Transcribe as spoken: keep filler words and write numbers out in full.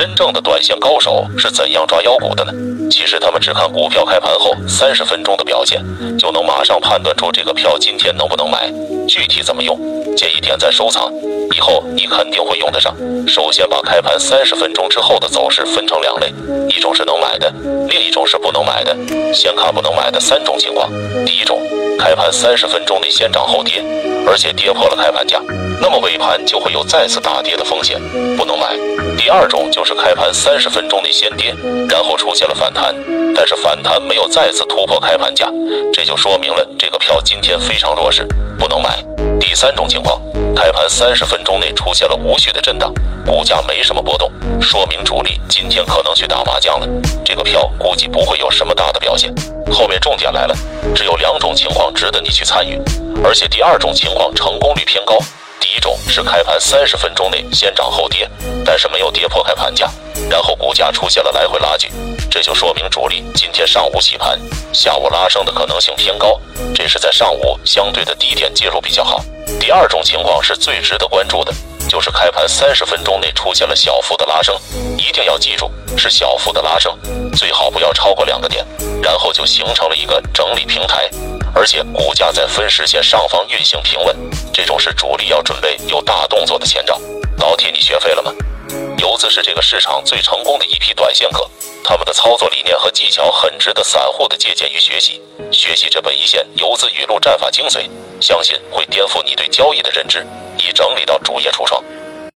真正的短线高手是怎样抓妖股的呢？其实他们只看股票开盘后三十分钟的表现，就能马上判断出这个票今天能不能买。具体怎么用，建议点赞收藏，以后你肯定会用得上。首先把开盘三十分钟之后的走势分成两类，一种是能买的，另一种是不能买的。先看不能买的三种情况。第一种，开盘三十分钟内先涨后跌，而且跌破了开盘价，那么尾盘就会有再次大跌的风险，不能买。第二种就是开盘三十分钟内先跌，然后出现了反弹，但是反弹没有再次突破开盘价，这就说明了这个票今天非常弱势，不能买。第三种情况，开盘三十分钟内出现了无序的震荡，股价没什么波动，说明主力今天可能去打麻将了，这个票估计不会有什么大的表现。后面重点来了，只有两种情况值得你去参与，而且第二种情况成功率偏高。第一种是开盘三十分钟内先涨后跌，但是没有跌破开盘价，然后股价出现了来回拉锯，这就说明主力今天上午洗盘，下午拉升的可能性偏高，这是在上午相对的低点介入比较好。第二种情况是最值得关注的，就是开盘三十分钟内出现了小幅的拉升，一定要记住是小幅的拉升，最好不要超过两个点，然后就形成了一个整理平台，而且股价在分时线上方运行平稳，这种是主力要准备有大动作的前兆。老铁，你学会了吗？游资是这个市场最成功的一批短线客，他们的操作理念和技巧很值得散户的借鉴与学习。学习这本一线游资语录战法精髓，相信会颠覆你对交易的认知，以整理到主业橱窗。